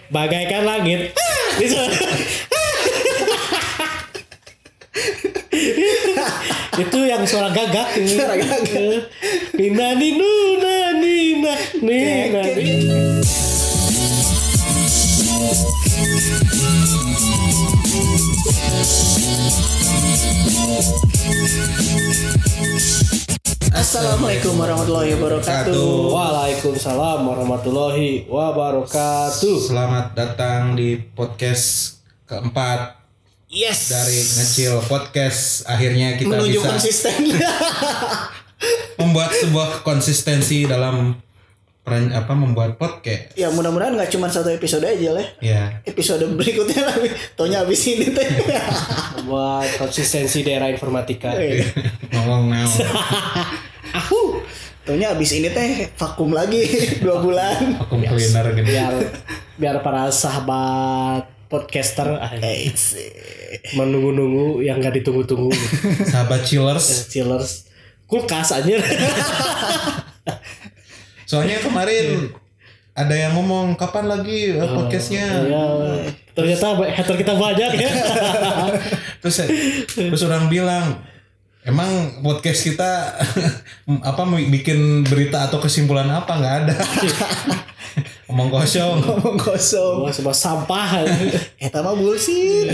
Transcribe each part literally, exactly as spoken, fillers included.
bagaikan langit. Itu yang suara gagak. Suara gagak. Nina nina nina nina. Assalamualaikum warahmatullahi wabarakatuh. Waalaikumsalam warahmatullahi wabarakatuh. Selamat datang di podcast keempat. Yes. Dari Ngecil Podcast. Akhirnya kita menuju bisa konsisten. membuat sebuah konsistensi dalam peran, apa membuat podcast. Ya mudah-mudahan nggak cuma satu episode aja lah. Ya. Episode berikutnya lagi. Taunya abis ini teh. Buat konsistensi daerah informatika. Ngomong now. Ahu. Taunya abis ini teh vakum lagi dua bulan. Vakum cleaner gitu. Biar biar para sahabat podcaster eh, menunggu-nunggu yang gak ditunggu-tunggu. Sahabat chillers. Chillers. Kulkas aja. Soalnya kemarin ada yang ngomong kapan lagi uh, podcastnya. Ya, ternyata hater kita banyak ya. terus terus orang bilang, emang podcast kita apa bikin berita atau kesimpulan apa, nggak ada. Omong kosong. Ngomong kosong. Wah, sebuah sampah. Eta mah bullshit.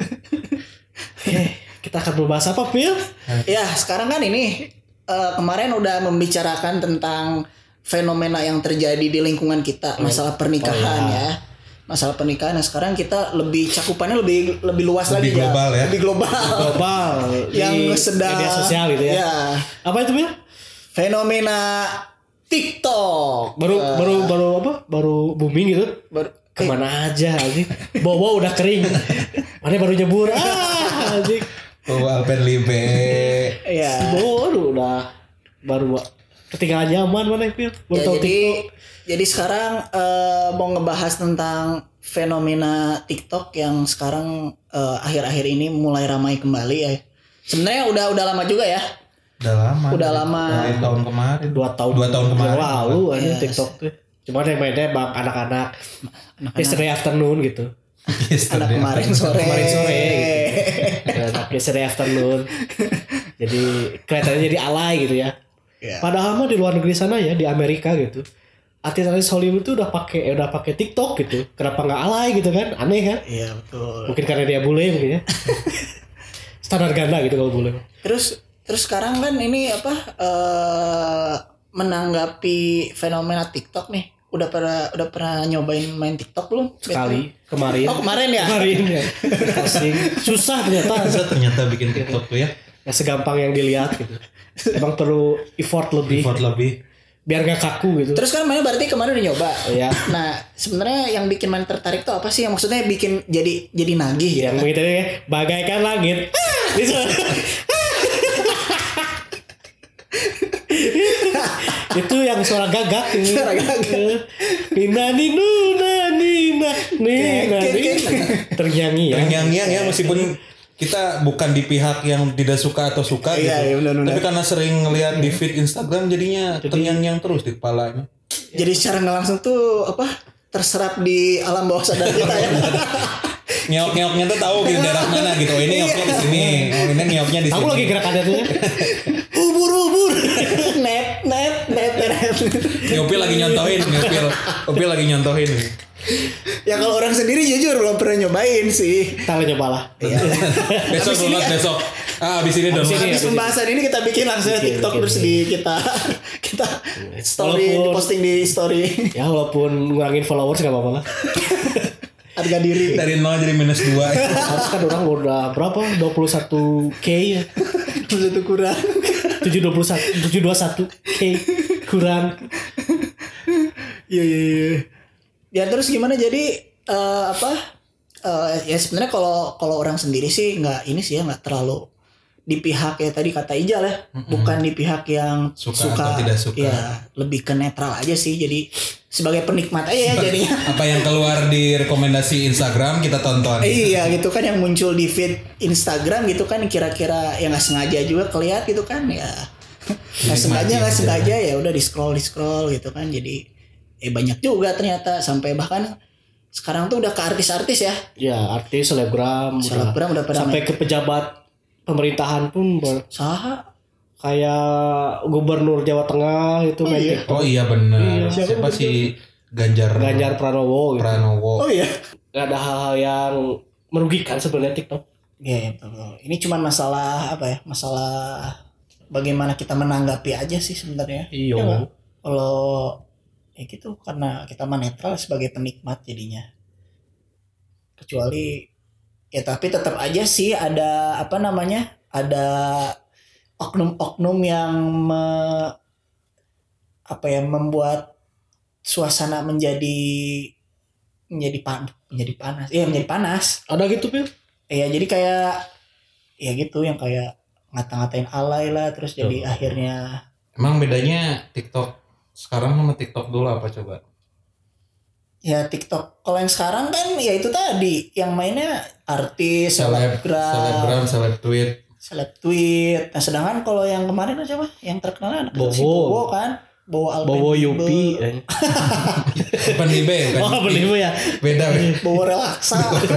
Oke, kita akan membahas apa, Phil? Ya, sekarang kan ini uh, kemarin udah membicarakan tentang fenomena yang terjadi di lingkungan kita, masalah pernikahan oh, ya. ya. Masalah pernikahan. Nah, sekarang kita lebih cakupannya lebih lebih luas lebih lagi global, ya. Lebih global. Global. Yang sedang media sosial gitu ya. Ya. Apa itu, Phil? Fenomena TikTok. Baru uh, baru baru apa? Baru booming gitu. Baru, kemana aja anjing. Bawa udah kering. Mana baru nyebur. Ah, anjing. Bawa Alpenlibe. Iya. Baru udah baru ketinggalan zaman mana Phil? Ya, jadi jadi sekarang uh, mau ngebahas tentang fenomena TikTok yang sekarang uh, akhir-akhir ini mulai ramai kembali ya. Sebenarnya udah udah lama juga ya. Udah lama. Udah lama. Dari tahun kemarin. Dua tahun. Dua tahun kemarin. Lalu aja yes. TikTok tuh. Cuma yang mainnya bang anak-anak. Yesterday afternoon gitu. Anak kemarin sore. Kemarin sore. Gitu. Anak yesterday afternoon. Jadi kelihatannya jadi alay gitu ya. Yeah. Padahal mah di luar negeri sana ya, di Amerika gitu. Artis-artis Hollywood itu udah pakai eh, udah pakai TikTok gitu. Kenapa nggak alay gitu kan? Aneh kan? Iya betul. Mungkin karena dia bule mungkin ya. Standar ganda gitu kalau bule. Terus terus sekarang kan ini apa uh, menanggapi fenomena TikTok nih. Udah pernah udah pernah nyobain main TikTok belum? Sekali kemarin. Oh kemarin ya? Kemarin ya. Kasih. Susah ternyata. Susah ternyata bikin TikTok tuh ya. Gak segampang yang dilihat gitu. Emang perlu effort lebih. Effort lebih. Biar gak kaku gitu. Terus kan mana berarti kemarin udah nyoba. Iya. Nah sebenarnya yang bikin main tertarik tuh apa sih? Yang maksudnya bikin jadi jadi nagih. Yang begitu ya. Bagaikan langit. Itu yang suara gagak. Suara gagak. Nina nina nina nina. Ternyanyi ya. Ternyanyi ya meskipun kita bukan di pihak yang tidak suka atau suka gitu. Iya, iya, benar, benar. Tapi karena sering ngelihat di feed Instagram jadinya terngiang-ngiang terus di kepalanya. Jadi secara nggak langsung tuh apa terserap di alam bawah sadar kita ya. Ngeok-ngeoknya tuh tahu gitu daerah mana gitu. Oh, ini ngeoknya di sini. Oh, ini ngeoknya di sini. Aku lagi gerakannya tuh. Ubur-ubur. net net net net. Nyopil lagi nyontohin, Nyopil. Nyopil lagi nyontohin. Ya kalau orang sendiri jujur belum pernah nyobain sih. Kita nyoba lah. Iya. Besok Abis ini, download besok. Ah, abis ini download. Habis pembahasan ini kita bikin langsung Bikin, TikTok bikin, terus di kita kita story Walaupun- diposting di story. Ya walaupun ngurangin followers gak apa-apa lah. Harga diri. Dari nol jadi minus dua. Harus kan orang udah berapa? dua puluh satu K ya. Itu kurang. tujuh dua satu tujuh dua satu K kurang. Iya iya iya. Ya terus gimana jadi uh, apa? Uh, ya sebenarnya kalau kalau orang sendiri sih nggak ini sih ya nggak terlalu di pihak ya tadi kata Ijal ya, mm-hmm. bukan di pihak yang suka, suka atau tidak suka. Ya lebih ke netral aja sih. Jadi sebagai penikmat aja ya jadinya. Apa yang keluar di rekomendasi Instagram kita tonton. Iya gitu kan yang muncul di feed Instagram gitu kan kira-kira yang nggak sengaja juga kelihatan gitu kan ya. Nggak sengaja nggak sengaja ya udah di scroll di scroll gitu kan jadi eh banyak juga ternyata sampai bahkan sekarang tuh udah ke artis-artis ya. Ya, artis, selebgram, Selebgram udah pada sampai main. ke pejabat pemerintahan pun ber, Saha? kayak gubernur Jawa Tengah itu Oh, main iya. TikTok. Oh iya benar. Iya. Siapa sih Ganjar Ganjar Pranowo gitu. Pranowo. Oh iya. Gak ada hal-hal yang merugikan sebenarnya TikTok. Iya, betul. Ini cuma masalah apa ya? Masalah bagaimana kita menanggapi aja sih sebenarnya. Iya. Ya nggak? Kalau ya gitu karena kita mah netral sebagai penikmat jadinya. Kecuali ya tapi tetap aja sih ada apa namanya? Ada oknum-oknum yang me, apa ya membuat suasana menjadi menjadi pan menjadi panas. Iya, menjadi panas. Ada gitu, Pil? Ya jadi kayak ya gitu yang kayak ngata-ngatain alay lah terus jadi Tuh. akhirnya Emang bedanya TikTok sekarang sama TikTok dulu apa coba? ya TikTok kalau yang sekarang kan ya itu tadi yang mainnya artis, Seleb, selebgram, selebgram, seleb tweet. seleb tweet. Nah sedangkan kalau yang kemarin siapa? Yang terkenal anak Bowo. si Bowo kan, Bowo Alpen Bowo Yupi. Eh. Bukan Libe, bukan Oh, Yupi. beli ya. Beda, beda. Bowo relaksa.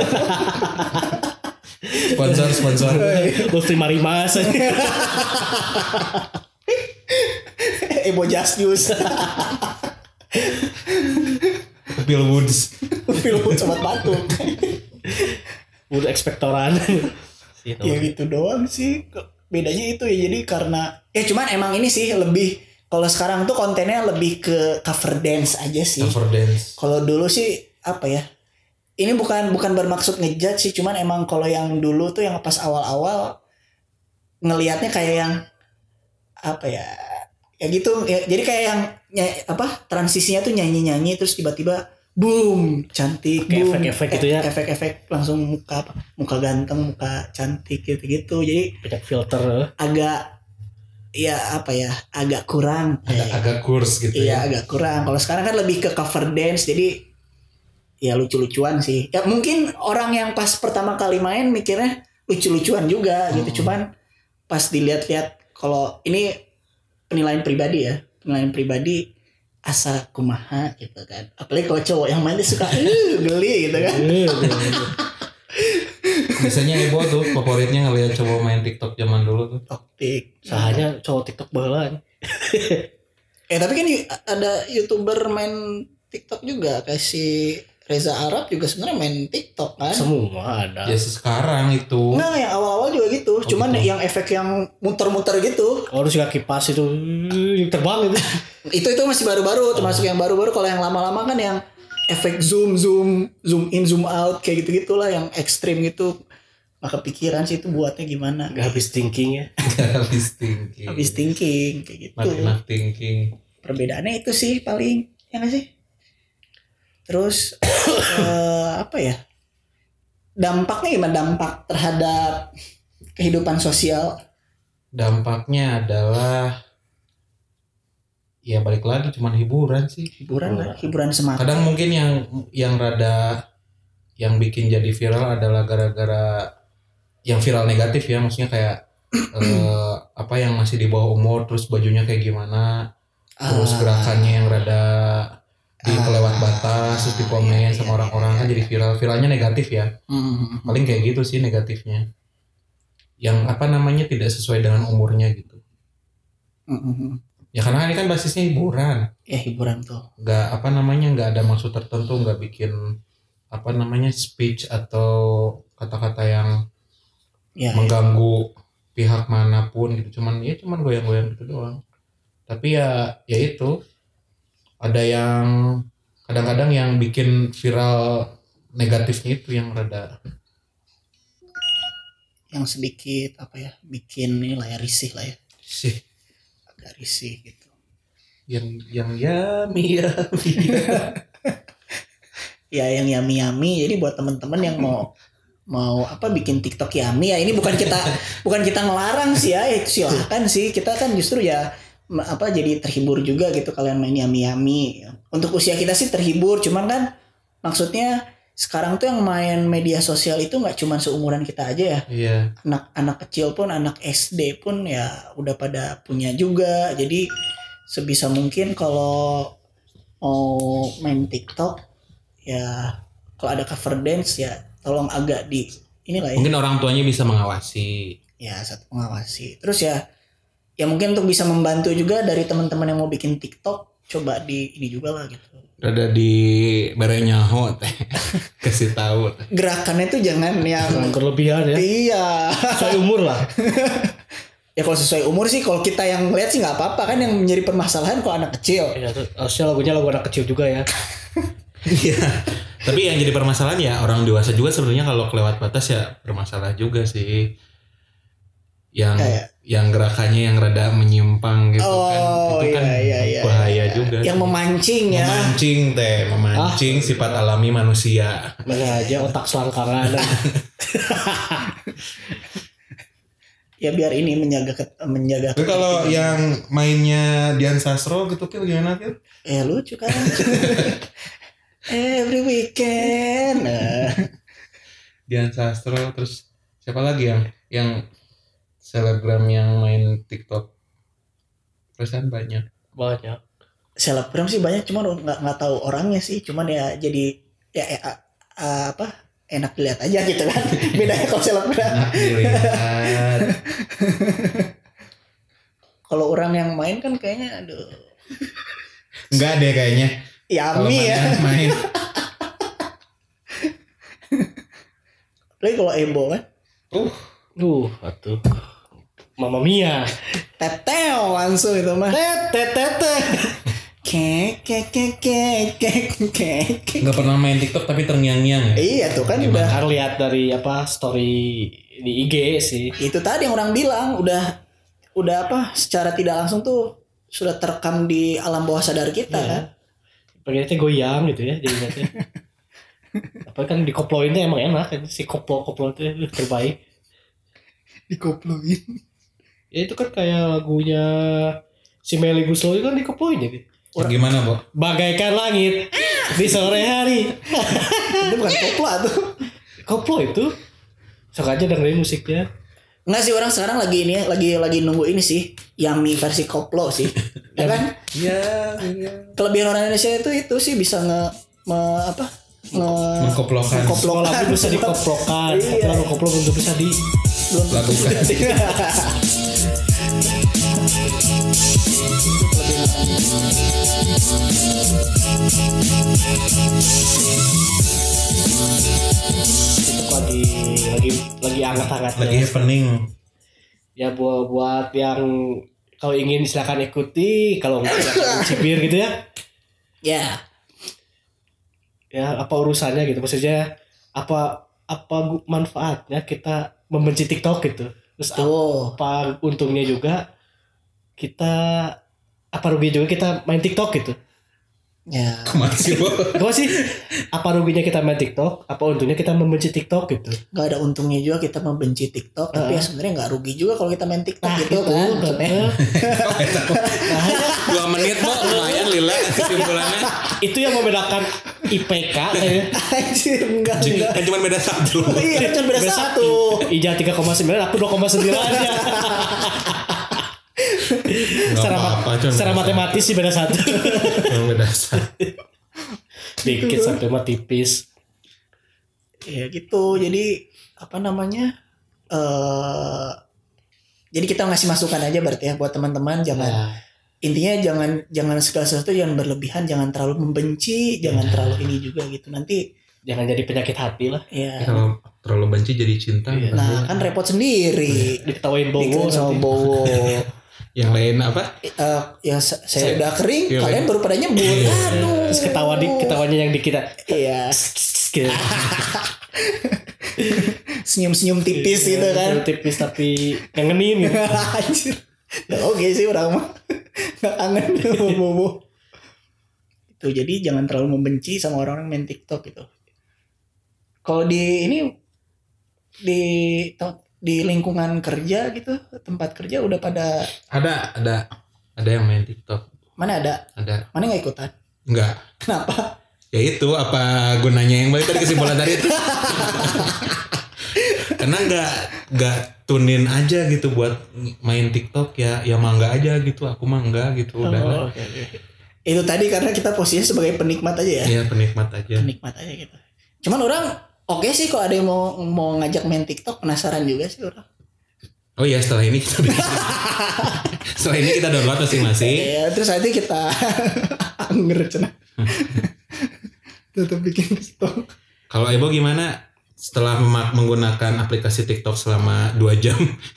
Sponsor, sponsor. Lutfi Marimas. Ebo Justice. Phil Woods. Film sobat batu. Udah ekspektoran. Gitu. Ya gitu doang sih. Bedanya itu ya jadi karena ya cuman emang ini sih lebih kalau sekarang tuh kontennya lebih ke cover dance aja sih. Cover dance. Kalau dulu sih apa ya? Ini bukan bukan bermaksud ngejudge sih, cuman emang kalau yang dulu tuh yang pas awal-awal ngelihatnya kayak yang apa ya? Ya gitu, ya, jadi kayak yang ny- apa? Transisinya tuh nyanyi-nyanyi terus tiba-tiba boom, cantik, Kayak boom, efek-efek gitu ya. Efek-efek langsung muka apa? Muka ganteng, muka cantik gitu-gitu. Jadi Banyak filter. agak ya apa ya? Agak kurang. Agak, agak kurs gitu Iya ya. agak kurang. Kalau sekarang kan lebih ke cover dance, jadi ya lucu-lucuan sih. Ya mungkin orang yang pas pertama kali main mikirnya lucu-lucuan juga Hmm. gitu. Cuman pas dilihat-lihat kalau ini penilaian pribadi ya, penilaian pribadi asa kumaha gitu kan. Apalagi kalau cowok yang main dia suka "Uh, geli gitu kan. Biasanya Ebo tuh favoritnya ngeliat cowok main TikTok zaman dulu tuh. Toktik. Sahanya cowok TikTok baheula. Eh tapi kan y- ada YouTuber main TikTok juga kayak si Reza Arab juga sebenarnya main TikTok kan. Semua ada. Ya sekarang itu. Nah yang awal-awal juga gitu. Oh, Cuman gitu. yang efek yang muter-muter gitu. Oh, terus kaki kipas itu yang terbang itu. itu itu masih baru-baru termasuk yang baru-baru. Kalau yang lama-lama kan yang efek zoom zoom zoom in zoom out kayak gitu gitulah yang ekstrim gitu. Maka pikiran sih itu buatnya gimana. Gak habis thinking ya. Habis thinking. Habis thinking kayak gitu. Not enough thinking. Perbedaannya itu sih paling ya nggak sih. Terus eh, apa ya? Dampaknya gimana dampak terhadap kehidupan sosial? Dampaknya adalah ya balik lagi cuman hiburan sih. Hiburan lah, hiburan semata. Kadang mungkin yang yang rada yang bikin jadi viral adalah gara-gara yang viral negatif ya, maksudnya kayak eh, apa yang masih di bawah umur terus bajunya kayak gimana, terus Ah. gerakannya yang rada di Ah. kelewat batas terus dikomen Iya, sama iya, orang-orang iya, kan jadi viral, viralnya negatif ya, Hmm. paling kayak gitu sih negatifnya, yang apa namanya tidak sesuai dengan umurnya gitu. Hmm. Ya karena ini kan basisnya hiburan, Ya hiburan tuh. nggak apa namanya nggak ada maksud tertentu, nggak bikin apa namanya speech atau kata-kata yang Ya, mengganggu pihak manapun gitu, cuman ya cuman goyang-goyang gitu doang. Tapi ya ya itu ada yang kadang-kadang yang bikin viral negatifnya itu yang rada yang sedikit apa ya bikin ini lah ya risih lah ya, sih agak risih gitu. yang yang yummy yummy. Ya yang yummy yummy. Jadi buat teman-teman yang mau mau apa bikin TikTok yummy ya, ini bukan kita bukan kita ngelarang sih ya, ya silakan sih, kita kan justru ya m- apa jadi terhibur juga gitu kalian main yummy yummy. Untuk usia kita sih terhibur, cuman kan maksudnya sekarang tuh yang main media sosial itu nggak cuma seumuran kita aja ya. Iya. Anak-anak kecil pun, anak S D pun ya udah pada punya juga. Jadi sebisa mungkin kalau mau main TikTok ya kalau ada cover dance ya tolong agak di inilah ya. Mungkin orang tuanya bisa mengawasi. Ya satu mengawasi. Terus ya ya mungkin untuk bisa membantu juga dari teman-teman yang mau bikin TikTok, coba di ini juga lah gitu. Ada di barenyaho teh kasih tahu. Gerakannya tuh jangan yang Jangan berlebihan ya. Iya. Sesuai umur lah. Ya kalau sesuai umur sih, kalau kita yang lihat sih nggak apa-apa kan, yang menjadi permasalahan kalau anak kecil. Ya, harusnya lagunya lagu anak kecil juga ya. Iya. Tapi yang jadi permasalahan ya orang dewasa juga sebenarnya kalau kelewat batas ya bermasalah juga sih. Yang Kayak. yang gerakannya yang rada menyimpang gitu Oh, kan. Itu kan iya, iya, iya, bahaya iya. juga. Yang memancing ya. Memancing teh, memancing Ah. sifat alami manusia. Mana aja otak selangkangan. Ya biar ini menjaga menjaga. Tapi kalau yang mainnya Dian Sastro gitu Kil gimana Kil? Eh lucu kan. Every weekend. Nah. Dian Sastro terus siapa lagi yang yang selebgram yang main TikTok? Perasaan banyak. Banyak. Selebgram sih banyak, cuman nggak nggak tahu orangnya sih, cuman ya jadi ya eh, a- a- apa enak dilihat aja gitu kan. Bedanya kalau selebgram. Enak dilihat. Kalau orang yang main kan kayaknya aduh. Enggak deh kayaknya. Kalau Yummy ya. mana main. Lagi kalau Ebo kan. Uh, Duh, atuh. Mamma Mia. Teteo langsung itu mah. Tete tete. Kek kek kek kek kek kek. enggak pernah main TikTok tapi terngiang-ngiang ya. Iya tuh kan udah. Kan lihat dari apa story di I G sih. Itu tadi yang orang bilang udah udah apa secara tidak langsung tuh sudah terekam di alam bawah sadar kita Iya. kan. Pengennya goyang gitu ya jadi nanti. Apa kan dikoploin tuh emang enak kan, si koplo-koplo itu terbaik. Dikoploin. Ya itu kan kayak lagunya si Melly Guslo itu kan dikoploin jadi. Ya, gimana, Bo? Bagaikan langit di sore hari. Itu bukan koplo tuh. Koplo itu. Sok aja dengerin musiknya. Enggak sih, orang sekarang lagi ini ya, lagi lagi nunggu ini sih, Yummy versi koplo sih. Ya kan? Iya, iya. Kelebihan orang Indonesia itu itu sih bisa nge me, apa? Nge Mengkoplokan. Kalau lagu bisa dikoplokan. Iya. Lagu koplo belum bisa di belum Lakukan. itu lagi lagi lagi hangat-hangatnya. Lagi happening. Ya buat buat yang kalau ingin silakan ikuti, kalau enggak silakan cibir gitu ya. Ya. Ya apa urusannya gitu, maksudnya apa apa gu- manfaatnya kita membenci TikTok gitu. Terus Tuh. apa untungnya juga kita, apa ruginya juga kita main TikTok gitu. Ya. Kemana sih, Bo? Apa sih? Apa ruginya kita main TikTok? Apa untungnya kita membenci TikTok gitu? Gak ada untungnya juga kita membenci TikTok, tapi Uh-uh. ya sebenarnya nggak rugi juga kalau kita main TikTok Nah, gitu itu, kan. Maksudnya. Nah, Dua menit, Bo. Lumayan lila kesimpulannya. itu yang membedakan I P K kayaknya. Anjir, enggak enggak. Kan cuma beda satu. Iya, kan beda satu. Ija tiga koma sembilan, aku dua koma sembilan aja. secara apa-apa, mat- cuma secara beda matematis sih beda satu. Cuma beda satu. Dikit sampai mah tipis. Ya gitu. Jadi apa namanya? eh jadi kita ngasih masukan aja berarti ya buat teman-teman, jangan Nah, intinya jangan jangan segala sesuatu jangan berlebihan, jangan terlalu membenci, jangan terlalu ini juga gitu. Nanti jangan jadi penyakit hati lah. ya. Kalau terlalu benci jadi cinta. Iya. Nah, kan repot sendiri. Diketawain bowo Diketawain sama nanti. bowo. Yang lain apa? Eh, ya sa- saya Saya- udah kering, Iya, kalian iya. baru pada nyebut. Aduh. Terus ketawa di ketawanya yang di kita. Iya. Gitu. Senyum-senyum tipis gitu kan. Tipis tapi ngangenin gitu. Anjir. Nah, oke sih orang mah. Gak kangen sama bobo. Itu jadi jangan terlalu membenci sama orang-orang main TikTok gitu. Kalau di ini di di lingkungan kerja gitu, tempat kerja udah pada Ada, ada. Ada yang main TikTok. mana ada? Ada. Mana nggak ikutan? Enggak. Kenapa? Ya itu apa gunanya yang balik tadi kesimpulan tadi itu. Karena enggak enggak tunin aja gitu buat main TikTok ya. Ya mangga aja gitu. Aku mangga gitu udah lah. Oh, oke, oke. Itu tadi karena kita posisinya sebagai penikmat aja ya. Iya penikmat aja. Penikmat aja gitu. Cuman orang oke okay sih kalau ada yang mau mau ngajak main TikTok, penasaran juga sih orang. Oh iya, setelah ini kita setelah ini kita download masing-masing. Iya, terus nanti kita anger cenah. Tetap bikin TikTok. Kalau Ebo gimana setelah memak- menggunakan aplikasi TikTok selama dua jam?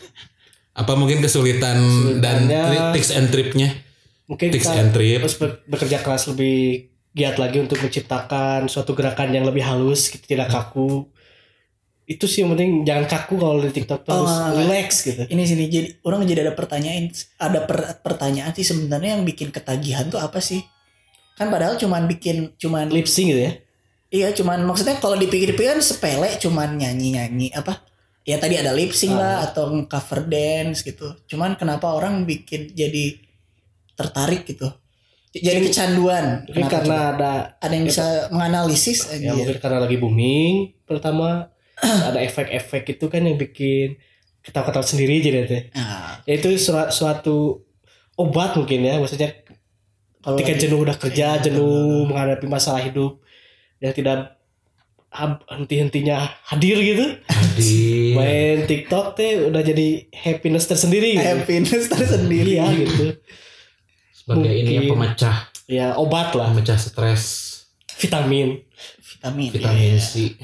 Apa mungkin kesulitan dan tri- tips and tripnya? Mungkin tips kita and trip. harus ber- bekerja keras lebih giat lagi untuk menciptakan suatu gerakan yang lebih halus, gitu, tidak kaku. Itu sih yang penting, jangan kaku kalau di TikTok tuh, Oh, harus relax gitu. Ini sini jadi orang jadi ada pertanyaan, ada per- pertanyaan sih sebenarnya yang bikin ketagihan tuh apa sih? Kan padahal cuman bikin cuman Lip sync gitu ya. Iya, cuman maksudnya kalau dipikir-pikir kan sepele, cuman nyanyi-nyanyi apa? Ya tadi ada lip sync lah Ah. atau cover dance gitu. Cuman kenapa orang bikin jadi tertarik gitu? Jadi Mungkin- kecanduan. Mungkin Kenapa karena coba? ada ada yang bisa menganalisis ya aja. mungkin karena lagi booming pertama ada efek-efek itu kan yang bikin ketawa-ketawa sendiri jadi teh. Nah, Ya itu suatu, suatu obat mungkin ya, maksudnya kalau ketika lagi- jenuh udah kerja, Iya, jenuh menghadapi masalah hidup yang tidak hab- henti-hentinya hadir gitu. Hadir. Main TikTok teh udah jadi happiness tersendiri gitu. happiness tersendiri. Iya gitu. Sebagai ini ya, Mungkin. pemecah Ya obat lah, pemecah stres, vitamin. Vitamin. vitamin iya. C.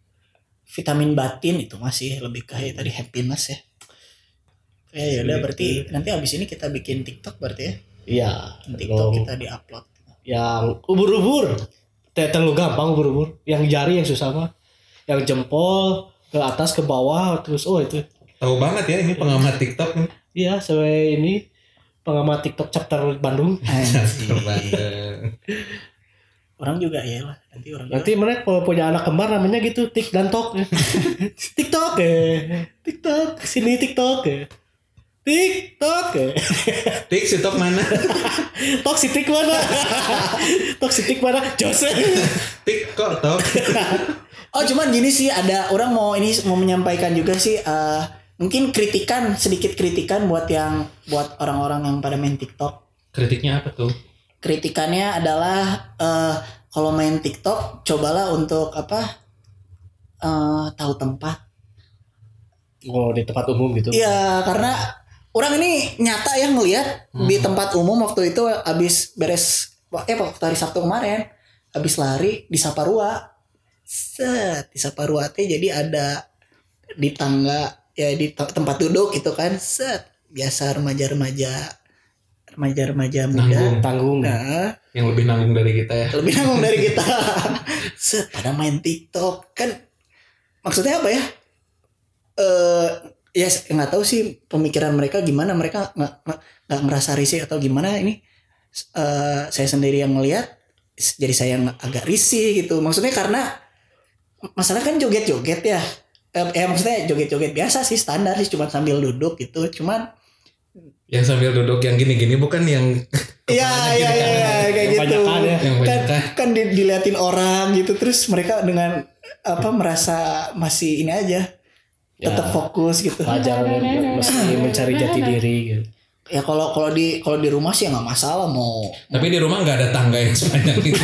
Vitamin batin itu masih lebih kayak tadi happiness ya. Ya ya udah berarti nanti abis ini kita bikin TikTok berarti ya. Iya. TikTok Kalau kita diupload. yang ubur-ubur, teh terlalu gampang ubur-ubur. Yang jari yang susah mah. Yang jempol ke atas ke bawah terus oh itu. Tahu banget ya ini pengamat TikTok nih. Iya, sampai ini pengamat TikTok chapter Bandung. Anjing. Bandung. Orang juga ya lah. Nanti orang Nanti mereka kalau punya anak kembar namanya gitu Tik dan Tok. TikTok eh. TikTok sini TikTok eh. TikTok eh. Tik si Tok mana? Tok si Tik mana? Tok si Tik mana? Jose. Tik kok Tok? Oh cuman gini sih ada orang mau ini mau menyampaikan juga sih eh, mungkin kritikan sedikit kritikan buat yang buat orang-orang yang pada main TikTok. Kritiknya apa tuh? Kritikannya adalah eh, kalau main TikTok cobalah untuk apa eh, tahu tempat. Oh, di tempat umum gitu. Iya karena orang ini nyata ya ngelihat Hmm. di tempat umum waktu itu abis beres eh waktu hari Sabtu kemarin abis lari di Saparua. Set di Saparua teh jadi ada di tangga ya di te- tempat duduk gitu kan. Set biasa remaja-remaja remaja-remaja muda. Nanggung. Tanggung. Nah, Yang lebih nanggung dari kita ya. lebih nanggung dari kita. Set pada main TikTok kan maksudnya apa ya? Eh ya nggak tahu sih pemikiran mereka gimana, mereka nggak nggak nggak ngerasa risih atau gimana ini. Eh saya sendiri yang ngelihat jadi saya ng- agak risih gitu. Maksudnya karena masalah kan joget-joget ya. Eh, ya maksudnya joget-joget biasa sih standar sih cuma sambil duduk gitu. Cuman Yang sambil duduk yang gini-gini bukan yang Iya kepalanya iya gini iya kan? ya, kayak gitu. Kebanyakan ya. Yang Kan banyak kan. kan di- diliatin orang gitu terus mereka dengan apa merasa masih ini aja. Ya. Tetap fokus gitu. Wajar mesti mencari jati diri gitu. Ya kalau kalau di kalau di rumah sih nggak masalah mau. Tapi di rumah nggak ada tangga yang sepanjang itu.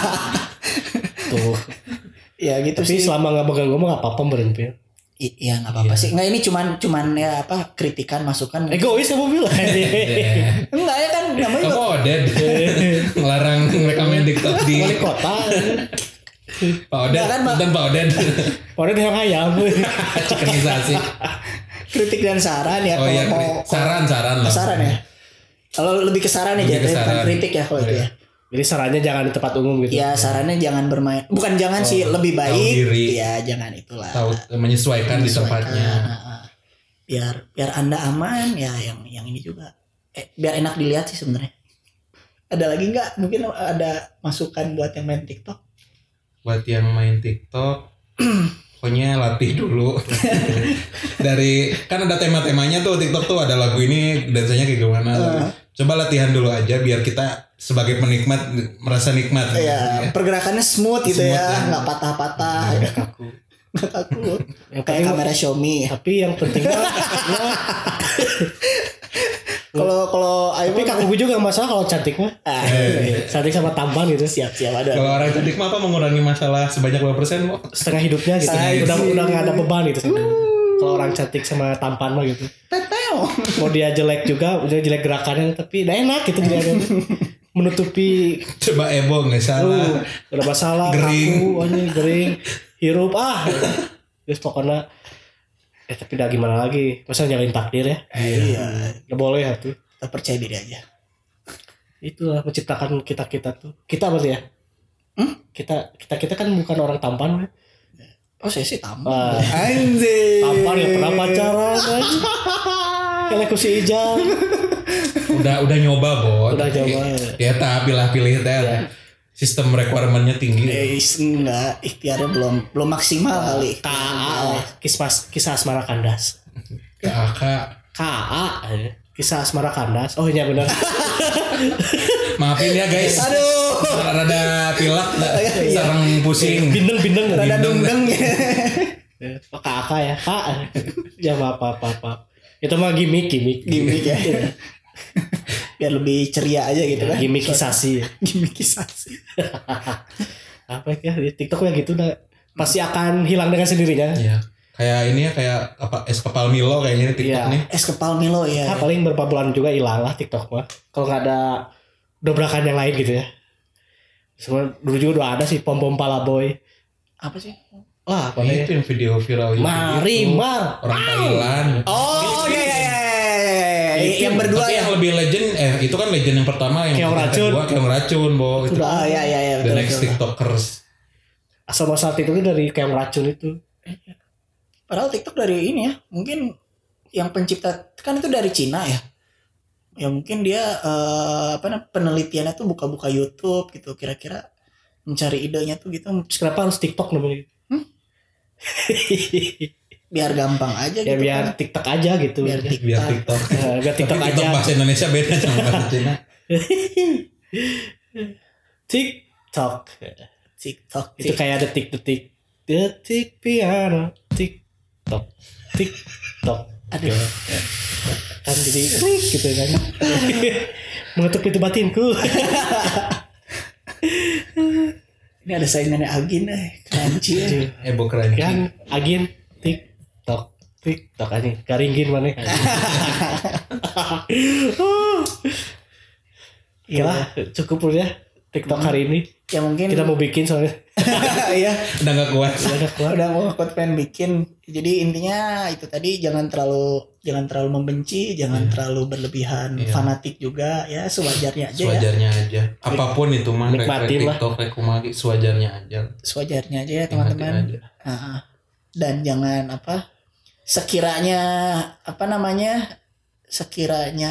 Tuh. Ya gitu Tapi sih. selama nggak pegang ngomong nggak apa-apa berhenti. I- Iya nggak apa-apa sih. Nggak ini cuman cuman ya apa kritikan masukan. Egois kamu bilang. Ya. Enggak ya kan namanya Kamu juga- Oded ngelarang mereka main TikTok di Wali kota. Pak Oded Nggak kan, Pak? dan Pak Oded. Orang yang ayam. Cikenisasi. kritik dan saran ya Oh kalau iya, mau kri- saran-saran lah. saran ya. Kalau lebih ke saran ya Lebih ke jadi bukan saran. kritik ya kalau Oh, itu iya. ya. Jadi sarannya jangan di tempat umum gitu. Ya sarannya jangan bermain. Bukan jangan sih lebih baik. diri. Ya jangan itulah. Tahu menyesuaikan di Menyesuaikan, tempatnya. heeh. Biar biar Anda aman ya yang yang ini juga. Eh, biar enak dilihat sih sebenarnya. Ada lagi nggak? Mungkin ada masukan buat yang main TikTok? Buat yang main TikTok, pokoknya latih dulu. Dari kan ada tema-temanya tuh TikTok tuh ada lagu ini dansanya kayak gimana. Uh. Coba latihan dulu aja biar kita sebagai penikmat merasa nikmat. Ya, pergerakannya smooth gitu Smooth, ya, ya. nggak patah-patah, Nggak kaku. nggak kaku. Yang Kayak penting- kamera Xiaomi. Tapi yang penting mah, ya, Kalau kalau Tapi Kang Ubi juga nggak masalah kalau cantik mah. Ah, Cantik sama tampan gitu. siap-siap ada. Kalau orang cantik mah apa mengurangi masalah sebanyak berapa persen? Mo? Setengah hidupnya gitu. Setengah Udah hidup. udah nggak ada beban gitu. Kalau orang cantik sama tampan mah gitu. Teteo. Mau dia jelek juga, udah jelek gerakannya tapi udah enak gitu dia menutupi. Coba Ebo nggak salah. Uh, udah masalah Gering. kaku, oh, ini gering, hirup ah. Terus pokoknya eh tapi udah gimana lagi? Masa nyalain takdir ya? Iya. Gak boleh ya tuh. Kita percaya diri aja. Itulah menciptakan kita kita tuh. Kita berarti ya? Hmm? Kita kita kita kan bukan orang tampan. Oh saya sih tampan. Ah. Anjir. Tampan ya pernah pacaran kan? Kayak ku si Ijal. Udah udah nyoba Bot. Udah nyoba. Ya tak pilih-pilih teh. Sistem requirement-nya tinggi. Eh, enggak, ikhtiarnya belum belum maksimal kali. K A kisah kisah asmara kandas. Kakak. K A kisah asmara kandas. Oh iya benar. Maafin ya guys. Aduh. Rada pilek, sareng pusing. Bindeng-bindeng. Rada dungdeng. Oh, K A K ya. K. Ya apa apa apa. apa. Itu mah gimmick gimmick. Gimik ya. Biar lebih ceria aja gitu kan. Gimmickisasi. Gimikisasi. Apa ya di TikTok ya gitu dah pasti akan hilang dengan sendirinya. Iya. Kayak ini ya kayak apa es kepal Milo kayaknya ini TikTok Iya. nih. Es kepal Milo ya. Nah, paling beberapa bulan juga hilang lah TikTok mah. Kalau nggak ada dobrakan yang lain gitu ya. Semua dulu juga udah ada sih pom pom pala boy. Apa sih? Wah, apa Ini ya? itu yang video viral itu. Mari Mar. Orang Thailand. Oh iya iya iya. Itu, Yang berdua tapi ya. yang lebih legend eh itu kan legend yang pertama yang Keong racun. kedua Keong racun Bo itu. Oh iya iya iya The betul. next betul. TikTokers. Asal masalah TikTok itu dari kayak racun itu. Padahal TikTok dari ini ya, mungkin yang pencipta kan itu dari Cina ya. Ya mungkin dia eh, apa namanya penelitiannya tuh buka-buka YouTube gitu, kira-kira mencari idenya tuh gitu. Terus kenapa harus TikTok namanya? Hmm? Biar gampang aja Ya gitu. biar kan. TikTok aja gitu. Biar Ya. TikTok. Biar TikTok. Eh, biar TikTok Tapi aja. TikTok bahasa Indonesia beda sama bahasa Cina. TikTok. TikTok. Itu kayak detik-detik. Detik piano. TikTok. TikTok. Aduh. Kan jadi klik gitu kan. Mengetuk pintu batinku. Ini ada saingannya Agin eh, Crunchy ya. Eh Bo keren. Kan Agin TikTok. TikTok aja. Garinggin mana. Iya lah, cukup ya TikTok hari ini. Ya mungkin Kita mau bikin soalnya. Iya. Udah gak kuat. Udah keluar. Udah mau ikut pengen bikin. Jadi intinya itu tadi jangan terlalu jangan terlalu membenci, jangan terlalu berlebihan Iya. fanatik juga ya, sewajarnya aja ya. Sewajarnya aja. Apapun itu mah kayak Nikmatin lah. TikTok kayak kumagi sewajarnya aja. Sewajarnya aja ya Nikmatin teman-teman. aja. Nah, dan jangan apa sekiranya apa namanya sekiranya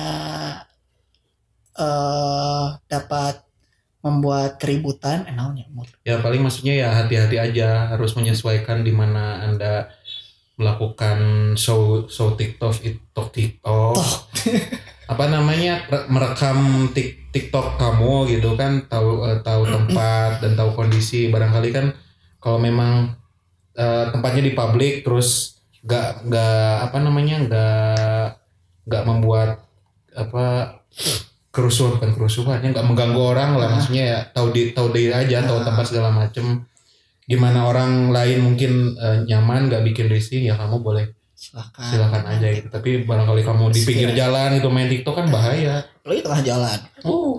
eh dapat membuat keributan, eh naon ya, Mut? Ya paling maksudnya ya hati-hati aja, harus menyesuaikan di mana Anda melakukan show show TikTok TikTok TikTok apa namanya re- merekam tik, TikTok kamu gitu kan, tahu eh, tahu tempat dan tahu kondisi. Barangkali kan kalau memang eh, tempatnya di publik terus nggak nggak apa namanya nggak nggak membuat apa kerusuhan bukan kerusuhan yang nggak mengganggu orang lah, maksudnya ya tahu di tahu diri aja, tahu tempat segala macem. Gimana orang lain mungkin uh, nyaman nggak bikin risih, ya kamu boleh Silakan. silakan aja gitu. Tapi barangkali kamu di pinggir jalan itu main TikTok kan bahaya. Lagi tengah jalan. Oh.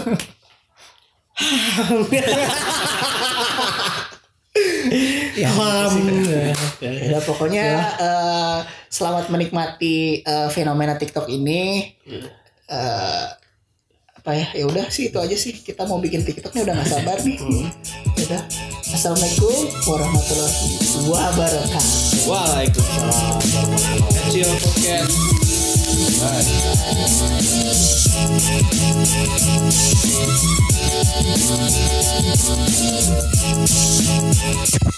Ya, Paham. ya pokoknya eh, selamat menikmati eh, fenomena TikTok ini. Eh, apa ya? Ya udah sih itu aja sih. Kita mau bikin TikToknya udah nggak sabar nih. Ya udah. Assalamualaikum warahmatullahi wabarakatuh. Waalaikumsalam. Kecil podcast. Bye.